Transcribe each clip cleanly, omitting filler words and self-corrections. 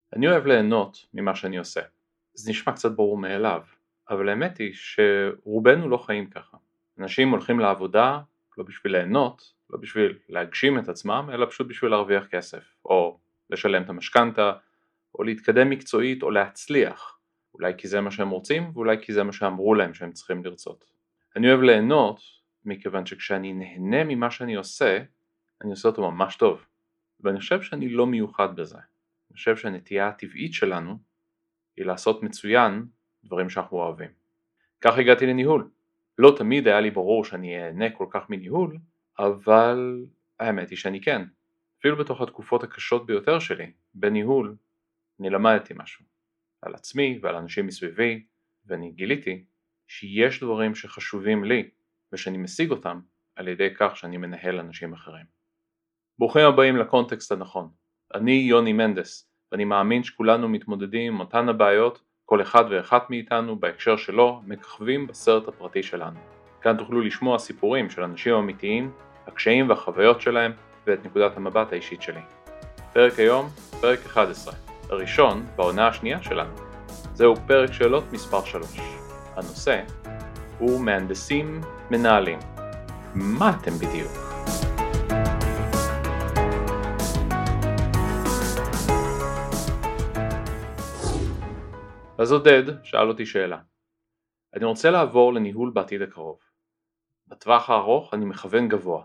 אני אוהב ליהנות ממה שאני עושה. זה נשמע קצת ברור מאליו, אבל האמת היא שרובנו לא חיים ככה. אנשים הולכים לעבודה לא בשביל ליהנות, לא בשביל להגשים את עצמם, אלא פשוט בשביל להרוויח כסף, או לשלם את המשכנתה, או להתקדם מקצועית, או להצליח. אולי כי זה מה שהם רוצים, ואולי כי זה מה שאמרו להם שהם צריכים לרצות. אני אוהב ליהנות, מכיוון שכשאני נהנה ממה שאני עושה, אני עושה אותו ממש טוב. ואני חושב שאני לא מיוחד בזה. אני חושב שהנטייה הטבעית שלנו היא לעשות מצוין דברים שאנחנו אוהבים. כך הגעתי לניהול. לא תמיד היה לי ברור שאני אהנה כל כך מניהול, אבל האמת היא שאני כן. אפילו בתוך התקופות הקשות ביותר שלי, בניהול, אני למדתי משהו. על עצמי ועל אנשים מסביבי, ואני גיליתי שיש דברים שחשובים לי, ושאני משיג אותם על ידי כך שאני מנהל אנשים אחרים. ברוכים הבאים לקונטקסט הנכון. אני יוני מנדס, ואני מאמין שכולנו מתמודדים עם אותן הבעיות, כל אחד ואחת מאיתנו בהקשר שלו מככבים בסרט הפרטי שלנו. כאן תוכלו לשמוע סיפורים של אנשים אמיתיים, הקשיים והחוויות שלהם ואת נקודת המבט האישית שלי. פרק היום, פרק 11, הראשון בעונה השנייה שלנו. זהו פרק שאלות מספר 3. הנושא הוא מהנדסים מנהלים. מה אתם בדיוק? אז עודד שאל אותי שאלה. אני רוצה לעבור לניהול בעתיד הקרוב. בטווח הארוך אני מכוון גבוה.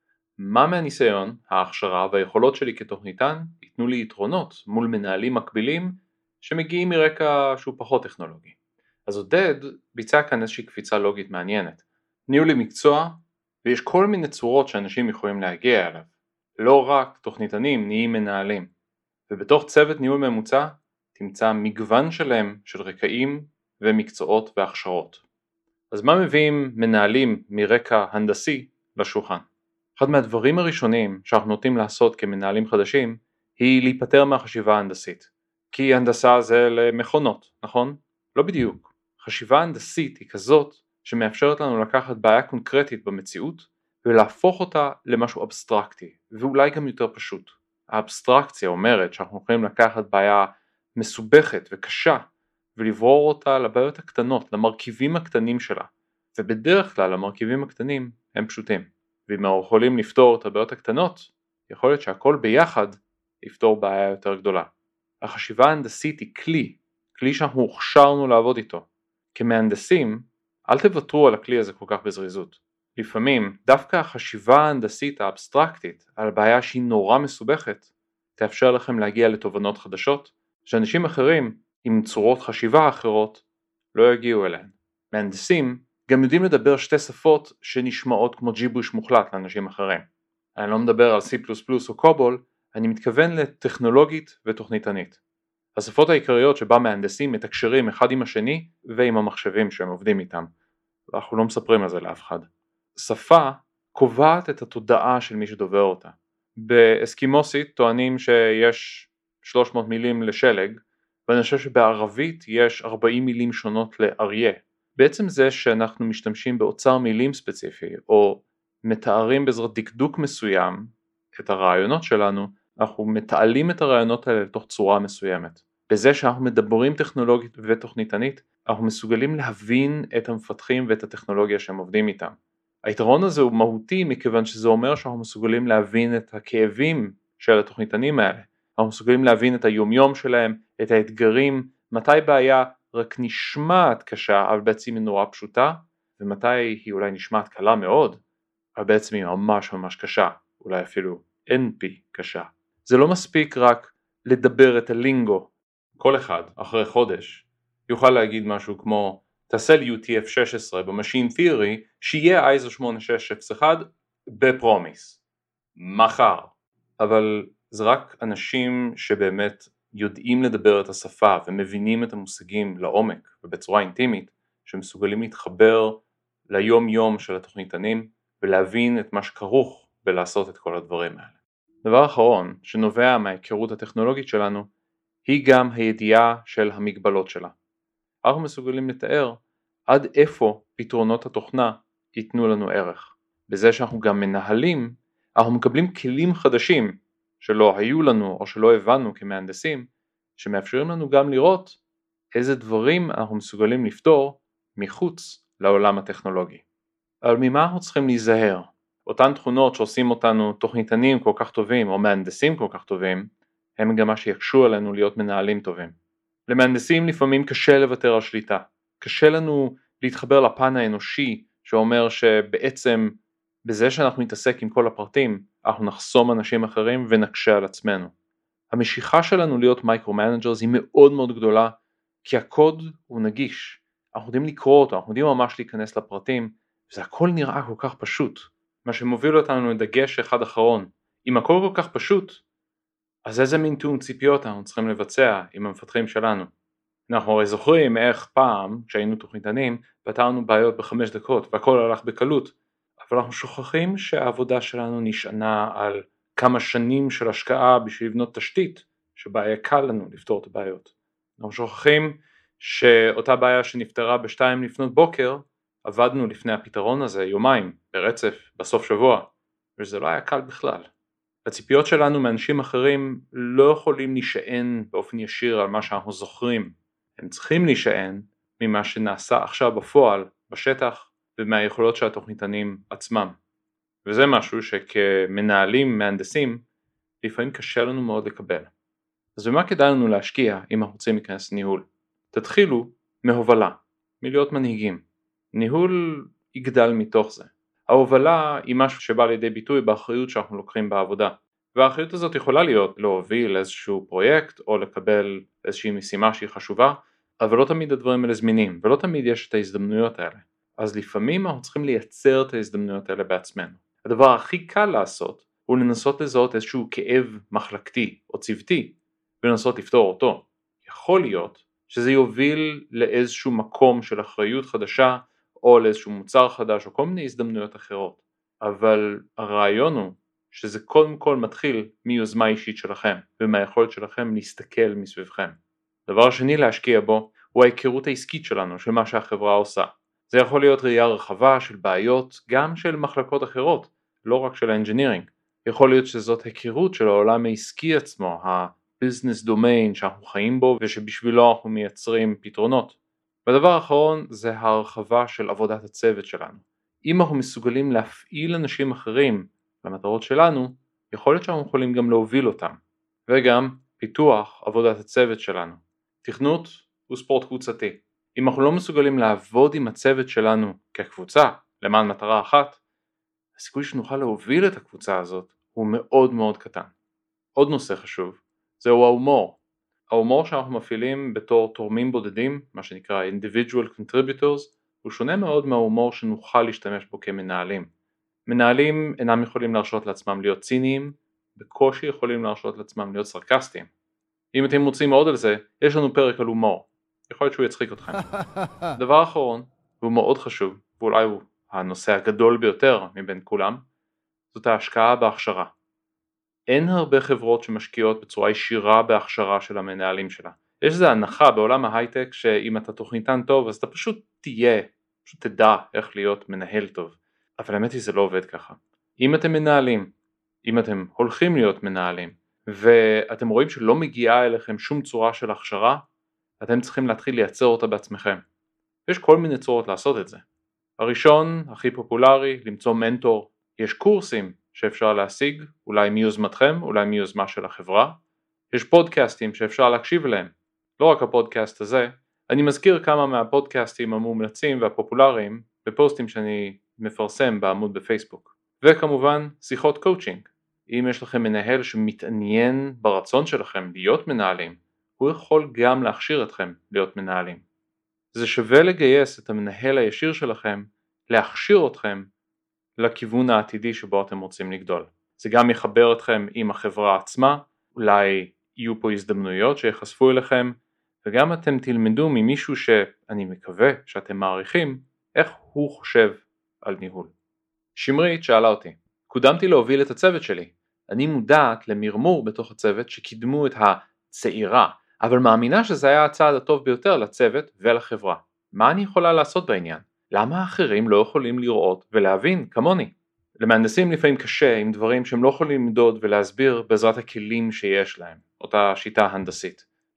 מה מהניסיון, ההכשרה והיכולות שלי כתוכניתן ייתנו לי יתרונות מול מנהלים מקבילים שמגיעים מרקע שהוא פחות טכנולוגי? אז עודד ביצע כאן איזושהי קפיצה לוגית מעניינת. ניהול היא מקצוע ויש כל מיני צורות שאנשים יכולים להגיע אליו. לא רק תוכניתנים נהיים מנהלים. ובתוך צוות ניהול ממוצע תמצא מגוון שלם של רקעים ומקצועות והכשרות. אז מה מביאים מנהלים מרקע הנדסי לשולחן? אחד מהדברים הראשונים שאנחנו נוטים לעשות כמנהלים חדשים היא להיפטר מהחשיבה ההנדסית. כי הנדסה זה למכונות, נכון? לא בדיוק. חשיבה הנדסית היא כזאת שמאפשרת לנו לקחת בעיה קונקרטית במציאות ולהפוך אותה למשהו אבסטרקטי, ואולי גם יותר פשוט. האבסטרקציה אומרת שאנחנו יכולים לקחת בעיה מסובכת וקשה ולברור אותה לבעיות הקטנות, למרכיבים הקטנים שלה, ובדרך כלל המרכיבים הקטנים הם פשוטים, ואם אנחנו יכולים לפתור את הבעיות הקטנות, יכול להיות שהכל ביחד יפתור בעיה יותר גדולה. החשיבה ההנדסית היא כלי שאנחנו הוכשרנו לעבוד איתו. כמהנדסים, אל תוותרו על הכלי הזה כל כך בזריזות. לפעמים דווקא החשיבה ההנדסית האבסטרקטית על בעיה שהיא נורא מסובכת תאפשר לכם להגיע לתובנות חדשות שאנשים אחרים עם צורות חשיבה אחרות לא יגיעו אליהן. מהנדסים גם יודעים לדבר שתי שפות שנשמעות כמו ג'יבוש מוחלט לאנשים אחרים. אני לא מדבר על C++ או קובול, אני מתכוון לטכנולוגית ותוכניתנית. השפות העיקריות שבה מהנדסים מתקשרים אחד עם השני ועם המחשבים שהם עובדים איתם. ואנחנו לא מספרים על זה לאף אחד. שפה קובעת את התודעה של מי שדובר אותה. באסקימוסית טוענים שיש 300 מילים לשלג, ואני חושב שבערבית יש 40 מילים שונות לאריה. בעצם זה שאנחנו משתמשים באוצר מילים ספציפי, או מתארים בעזרת דקדוק מסוים את הרעיונות שלנו, אנחנו מתעלים את הרעיונות האלה לתוך צורה מסוימת. בזה שאנחנו מדברים טכנולוגית ותוכניתנית, אנחנו מסוגלים להבין את המפתחים ואת הטכנולוגיה שהם עובדים איתם. היתרון הזה הוא מהותי מכיוון שזה אומר שאנחנו מסוגלים להבין את הכאבים של התוכניתנים האלה. אנחנו מסוגלים להבין את היומיום שלהם, את האתגרים, מתי בעיה רק נשמעת קשה אבל בעצם היא נורא פשוטה, ומתי היא אולי נשמעת קלה מאוד, אבל בעצם היא ממש ממש קשה, אולי אפילו NP קשה. זה לא מספיק רק לדבר את הלינגו. כל אחד אחרי חודש יוכל להגיד משהו כמו תעשה לי UTF-16 במשין תיאורי שיהיה ISO 8601 בפרומיס. מחר. אבל זה רק אנשים שבאמת יודעים לדבר את השפה ומבינים את המושגים לעומק ובצורה אינטימית, שמסוגלים להתחבר ליום יום של התוכניתנים ולהבין את מה שכרוך בלעשות את כל הדברים האלה. דבר אחרון שנובע מההיכרות הטכנולוגית שלנו היא גם הידיעה של המגבלות שלה. אנחנו מסוגלים לתאר עד איפה פתרונות התוכנה ייתנו לנו ערך. בזה שאנחנו גם מנהלים, אנחנו מקבלים כלים חדשים שלא היו לנו או שלא הבנו כמהנדסים, שמאפשרים לנו גם לראות איזה דברים אנחנו מסוגלים לפתור מחוץ לעולם הטכנולוגי. אבל ממה אנחנו צריכים להיזהר? אותן תכונות שעושים אותנו תוכניתנים כל כך טובים או מהנדסים כל כך טובים, הם גם מה שיקשו עלינו להיות מנהלים טובים. למהנדסים לפעמים קשה לוותר על שליטה. קשה לנו להתחבר לפן האנושי שאומר שבעצם בזה שאנחנו נתעסק עם כל הפרטים, אנחנו נחסום אנשים אחרים ונקשה על עצמנו. המשיכה שלנו להיות מייקרו-מנג'רס היא מאוד מאוד גדולה, כי הקוד הוא נגיש. אנחנו יודעים לקרוא אותו, אנחנו יודעים ממש להיכנס לפרטים, וזה הכל נראה כל כך פשוט. מה שמוביל אותנו לדגש אחד אחרון. אם הכל כל כך פשוט, אז איזה מין תיאום ציפיות אנחנו צריכים לבצע עם המפתחים שלנו? אנחנו הרי זוכרים איך פעם, כשהיינו תוכניתנים, פתרנו בעיות ב5 דקות והכל הלך בקלות, אבל אנחנו שוכחים שהעבודה שלנו נשענה על כמה שנים של השקעה בשביל לבנות תשתית שבה היה קל לנו לפתור את הבעיות. אנחנו שוכחים שאותה בעיה שנפתרה ב2 לפנות בוקר, עבדנו לפני הפתרון הזה יומיים ברצף בסוף שבוע, וזה לא היה קל בכלל. הציפיות שלנו מאנשים אחרים לא יכולים להישען באופן ישיר על מה שאנחנו זוכרים, הם צריכים להישען ממה שנעשה עכשיו בפועל, בשטח, ומהיכולות של התוכניתנים עצמם. וזה משהו שכמנהלים, מהנדסים, לפעמים קשה לנו מאוד לקבל. אז במה כדאי לנו להשקיע אם אנחנו רוצים להיכנס לניהול? תתחילו מהובלה, מלהיות מנהיגים. ניהול יגדל מתוך זה. ההובלה היא משהו שבא לידי ביטוי באחריות שאנחנו לוקחים בעבודה. והאחריות הזאת יכולה להיות להוביל איזשהו פרויקט או לקבל איזושהי משימה שהיא חשובה, אבל לא תמיד הדברים האלה זמינים, ולא תמיד יש את ההזדמנויות האלה. אז לפעמים אנחנו צריכים לייצר את ההזדמנויות האלה בעצמנו. הדבר הכי קל לעשות הוא לנסות לזהות איזשהו כאב מחלקתי או צוותי, ולנסות לפתור אותו. יכול להיות שזה יוביל לאיזשהו מקום של אחריות חדשה, או לאיזשהו מוצר חדש, או כל מיני הזדמנויות אחרות. אבל הרעיון הוא שזה קודם כל מתחיל מיוזמה אישית שלכם, ומהיכולת שלכם להסתכל מסביבכם. דבר שני להשקיע בו, הוא ההיכרות העסקית שלנו, של מה שהחברה עושה. זה יכול להיות ראייה רחבה של בעיות, גם של מחלקות אחרות, לא רק של האנג'ינירינג. יכול להיות שזאת היכרות של העולם העסקי עצמו, ה-business domain שאנחנו חיים בו, ושבשבילו אנחנו מייצרים פתרונות. והדבר האחרון זה ההרחבה של עבודת הצוות שלנו. אם אנחנו מסוגלים להפעיל אנשים אחרים למטרות שלנו, יכול להיות שאנחנו יכולים גם להוביל אותם. וגם פיתוח עבודת הצוות שלנו. תכנות הוא ספורט קבוצתי. אם אנחנו לא מסוגלים לעבוד עם הצוות שלנו כקבוצה למען מטרה אחת, הסיכוי שנוכל להוביל את הקבוצה הזאת הוא מאוד מאוד קטן. עוד נושא חשוב, זהו ההומור. ההומור שאנחנו מפעילים בתור תורמים בודדים, מה שנקרא individual contributors, הוא שונה מאוד מההומור שנוכל להשתמש בו כמנהלים. מנהלים אינם יכולים להרשות לעצמם להיות ציניים, בקושי יכולים להרשות לעצמם להיות סרקסטיים. אם אתם רוצים עוד על זה, יש לנו פרק על הומור. יכול להיות שהוא יצחיק אתכם. דבר אחרון, והוא מאוד חשוב, ואולי הוא הנושא הגדול ביותר מבין כולם, זאת ההשקעה בהכשרה. אין הרבה חברות שמשקיעות בצורה ישירה בהכשרה של המנהלים שלה. יש איזו הנחה בעולם ההייטק שאם אתה תוכניתן טוב אז אתה פשוט תדע איך להיות מנהל טוב. אבל האמת היא זה לא עובד ככה. אם אתם מנהלים, אם אתם הולכים להיות מנהלים, ואתם רואים שלא מגיעה אליכם שום צורה של הכשרה, אתם צריכים להתחיל לייצר אותה בעצמכם. יש כל מיני צורות לעשות את זה. הראשון, הכי פופולרי, למצוא מנטור. יש קורסים שאפשר להשיג, אולי מיוזמתכם, אולי מיוזמה של החברה. יש פודקאסטים שאפשר להקשיב אליהם. לא רק הפודקאסט הזה, אני מזכיר כמה מהפודקאסטים המומלצים והפופולריים בפוסטים שאני מפרסם בעמוד בפייסבוק. וכמובן, שיחות קואוצ'ינג. אם יש לכם מנהל שמתעניין ברצון שלכם להיות מנהלים, הוא יכול גם להכשיר אתכם להיות מנהלים. זה שווה לגייס את המנהל הישיר שלכם, להכשיר אתכם לכיוון העתידי שבו אתם רוצים לגדול. זה גם יחבר אתכם עם החברה עצמה, אולי יהיו פה הזדמנויות שיחשפו אליכם, וגם אתם תלמדו ממישהו שאני מקווה שאתם מעריכים, איך הוא חושב על ניהול. שמרית שאלה אותי, קודמתי להוביל את הצוות שלי. אני מודעת למרמור בתוך הצוות שקידמו את הצעירה, אבל מאמינה שזה היה הצעד הטוב ביותר לצוות ולחברה. מה אני יכולה לעשות בעניין? למה האחרים לא יכולים לראות ולהבין כמוני? למהנדסים לפעמים קשה עם דברים שהם לא יכולים למדוד ולהסביר בעזרת הכלים שיש להם, אותה שיטה הנדסית.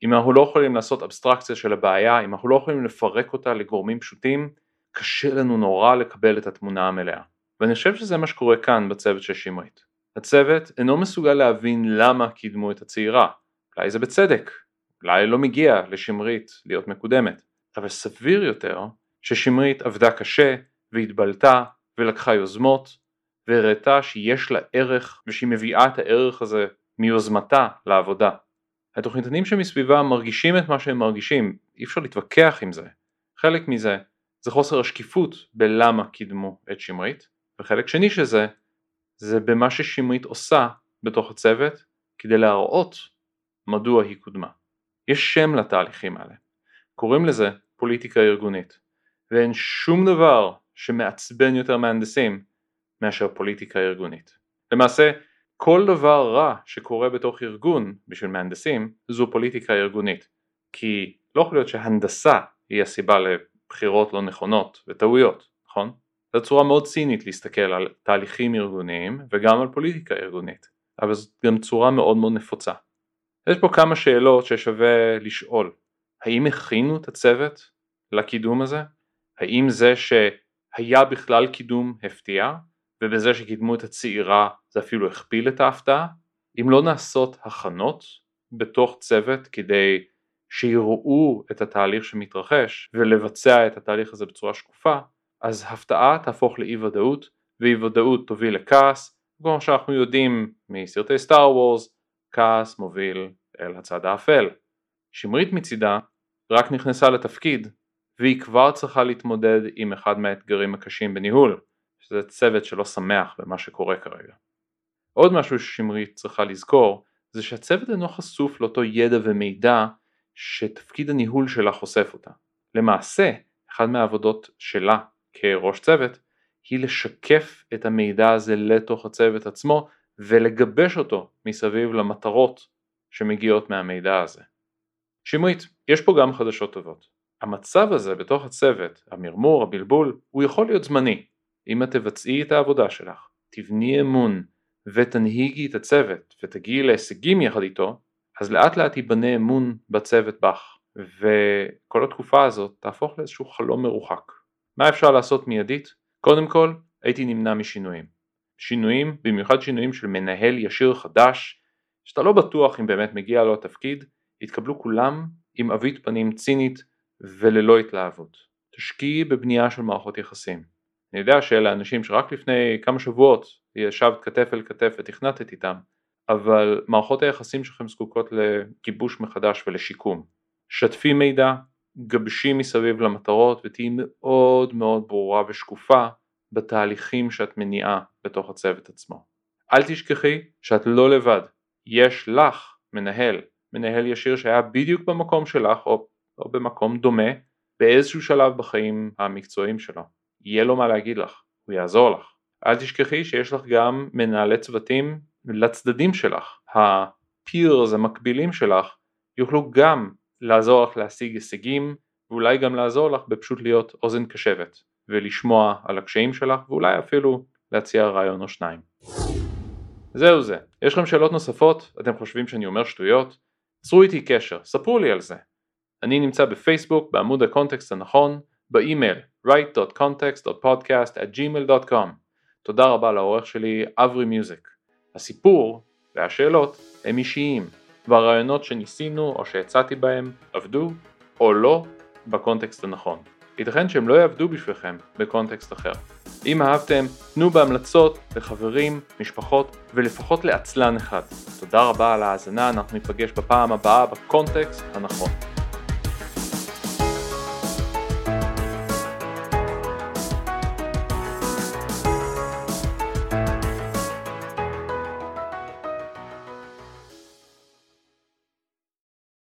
אם אנחנו לא יכולים לעשות אבסטרקציה של הבעיה, אם אנחנו לא יכולים לפרק אותה לגורמים פשוטים, קשה לנו נורא לקבל את התמונה המלאה. ואני חושב שזה מה שקורה כאן בצוות של שמרית. הצוות אינו מסוגל להבין למה קידמו את הצעירה. אולי זה בצדק, אולי לא מגיע לשמרית להיות מקודמת. אבל סביר יותר ששמרית עבדה קשה והתבלטה ולקחה יוזמות והראתה שיש לה ערך ושהיא מביאה את הערך הזה מיוזמתה לעבודה. התוכניתנים שמסביבה מרגישים את מה שהם מרגישים, אי אפשר להתווכח עם זה. חלק מזה זה חוסר השקיפות בלמה קידמו את שמרית, וחלק שני שזה זה במה ששמרית עושה בתוך הצוות כדי להראות מדוע היא קודמה. יש שם לתהליכים האלה. קוראים לזה פוליטיקה ארגונית, ואין שום דבר שמעצבן יותר מהנדסים מאשר פוליטיקה ארגונית. למעשה, כל דבר רע שקורה בתוך ארגון בשביל מהנדסים זו פוליטיקה ארגונית, כי לא יכול להיות שהנדסה היא הסיבה לבחירות לא נכונות וטעויות, נכון? זו צורה מאוד צינית להסתכל על תהליכים ארגוניים וגם על פוליטיקה ארגונית, אבל זו גם צורה מאוד מאוד נפוצה. יש פה כמה שאלות ששווה לשאול. האם הכינו את הצוות לקידום הזה? האם זה שהיה בכלל קידום הפתיע, ובזה שקידמו את הצעירה זה אפילו הכפיל את ההפתעה? אם לא נעשות הכנות בתוך צוות כדי שיראו את התהליך שמתרחש ולבצע את התהליך הזה בצורה שקופה, אז הפתעה תהפוך לאי ודאות, ואי ודאות תוביל לכעס, כמו שאנחנו יודעים מסרטי סטאר וורס, כעס מוביל אל הצד האפל. שמרית מצידה רק נכנסה לתפקיד, והיא כבר צריכה להתמודד עם אחד מהאתגרים הקשים בניהול, שזה צוות שלא שמח במה שקורה כרגע. עוד משהו ששמרית צריכה לזכור, זה שהצוות אינו חשוף לאותו ידע ומידע שתפקיד הניהול שלה חושף אותה. למעשה, אחד מהעבודות שלה כראש צוות, היא לשקף את המידע הזה לתוך הצוות עצמו, ולגבש אותו מסביב למטרות שמגיעות מהמידע הזה. שמרית, יש פה גם חדשות טובות. המצב הזה בתוך הצוות, המרמור, הבלבול, הוא יכול להיות זמני. אם את תבצעי את העבודה שלך, תבני אמון ותנהיגי את הצוות ותגיעי להישגים יחד איתו, אז לאט לאט ייבנה אמון בצוות בך, וכל התקופה הזאת תהפוך לאיזשהו חלום מרוחק. מה אפשר לעשות מיידית? קודם כל, הייתי נמנע משינויים. שינויים, במיוחד שינויים של מנהל ישיר חדש, שאתה לא בטוח אם באמת מגיע לו התפקיד, יתקבלו כולם עם אבית פנים צינית וללא התלהבות. תשקיעי בבנייה של מערכות יחסים. אני יודע שאלה אנשים שרק לפני כמה שבועות ישבת כתף אל כתף ותכנתת איתם, אבל מערכות היחסים שלכם זקוקות לגיבוש מחדש ולשיקום. שתפי מידע, גבשי מסביב למטרות ותהי מאוד מאוד ברורה ושקופה בתהליכים שאת מניעה בתוך הצוות עצמו. אל תשכחי שאת לא לבד, יש לך מנהל ישיר שהיה בדיוק במקום שלך או במקום דומה באיזשהו שלב בחיים המקצועיים שלו. יהיה לו מה להגיד לך, הוא יעזור לך. אל תשכחי שיש לך גם מנהלי צוותים לצדדים שלך. הפירס המקבילים שלך יוכלו גם לעזור לך להשיג הישגים, ואולי גם לעזור לך בפשוט להיות אוזן קשבת ולשמוע על הקשיים שלך, ואולי אפילו להציע רעיון או שניים. זהו זה. יש לכם שאלות נוספות? אתם חושבים שאני אומר שטויות? צרו איתי קשר, ספרו לי על זה. אני נמצא בפייסבוק בעמוד הקונטקסט הנכון, באימייל write.context.podcast@gmail.com. תודה רבה לעורך שלי אברי מיוזיק. הסיפור והשאלות הם אישיים, והרעיונות שניסינו או שהצעתי בהם עבדו או לא בקונטקסט הנכון. ייתכן שהם לא יעבדו בשבילכם בקונטקסט אחר. אם אהבתם, תנו בהמלצות לחברים, משפחות ולפחות לעצלן אחד. תודה רבה על ההאזנה, אנחנו ניפגש בפעם הבאה בקונטקסט הנכון.